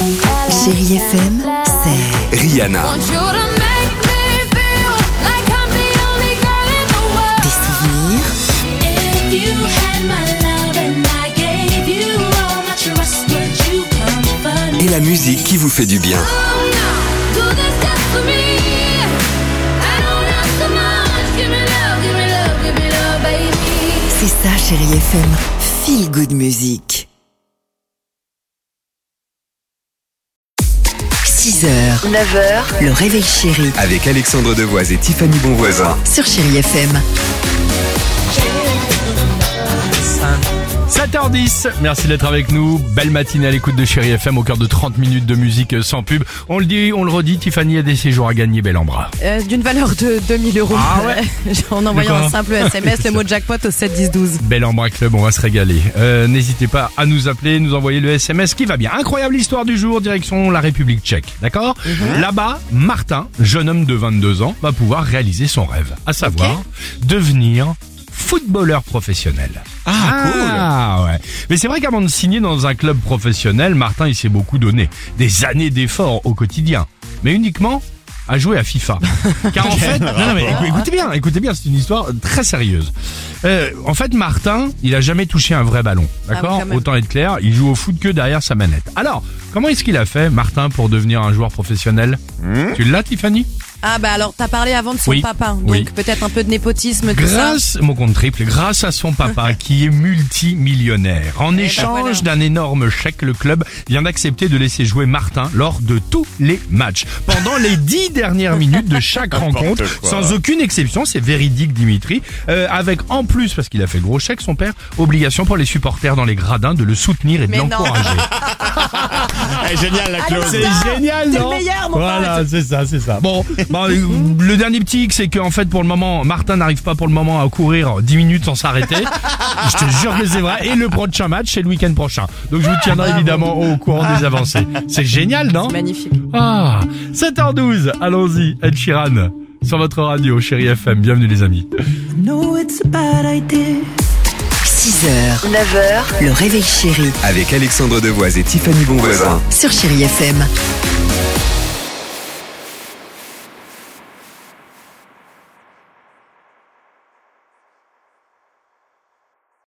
Chérie FM, c'est Rihanna. des souvenirs Et la musique qui vous fait du bien. c'est ça Chérie FM, Feel Good Music. 6h, 9h, le réveil chéri Avec Alexandre Devoise et Tiffany Bonvoisin. sur Chérie FM. 7h10, merci d'être avec nous. Belle matinée à l'écoute de Chérie FM au cœur de 30 minutes de musique sans pub. On le dit, on le redit, Tiffany a des séjours à gagner, bel en bras. D'une valeur de 2000 €. Ah ouais. En envoyant quoi un simple SMS, le mot jackpot au 7 10 12. Bel en bras club, on va se régaler. N'hésitez pas à nous appeler, nous envoyer le SMS qui va bien. Incroyable histoire du jour, direction la République tchèque, d'accord ? Là-bas, Martin, jeune homme de 22 ans, va pouvoir réaliser son rêve, à savoir devenir footballeur professionnel. Ah, ouais. Mais c'est vrai qu'avant de signer dans un club professionnel, Martin il s'est beaucoup donné. Des années d'efforts au quotidien. Mais uniquement à jouer à FIFA. Car en fait, non, mais écoutez bien, c'est une histoire très sérieuse. En fait, Martin, il a jamais touché un vrai ballon. D'accord ? quand même. Autant être clair, il joue au foot que derrière sa manette. Alors, comment est-ce qu'il a fait, Martin, pour devenir un joueur professionnel ? Tu l'as, Tiffany ? Ah bah alors t'as parlé avant de son Oui. papa, donc Oui. peut-être un peu de népotisme, tout ça. Mon compte triple, grâce à son papa qui est multimillionnaire. En échange voilà. d'un énorme chèque, le club vient d'accepter de laisser jouer Martin lors de tous les matchs. Pendant les 10 dernières minutes de chaque rencontre, sans aucune exception, c'est véridique Dimitri, avec en plus, parce qu'il a fait le gros chèque, son père, obligation pour les supporters dans les gradins de le soutenir et de Mais non. l'encourager. Génial la clause. C'est génial, T'es le non ? meilleur, mon Voilà, c'est ça. Bon, le dernier petit hic, c'est qu'en fait, pour le moment, Martin n'arrive pas pour le moment à courir 10 minutes sans s'arrêter. Je te jure que c'est vrai. Et le prochain match, c'est le week-end prochain. Donc je vous tiendrai évidemment au courant des avancées. C'est génial, non ? Magnifique. Ah, 7h12, allons-y, Ed Sheeran, sur votre radio, Chérie FM. Bienvenue les amis. 6h, 9h, le réveil chéri Avec Alexandre Devoise et Tiffany Bonvoisin. sur Chérie FM.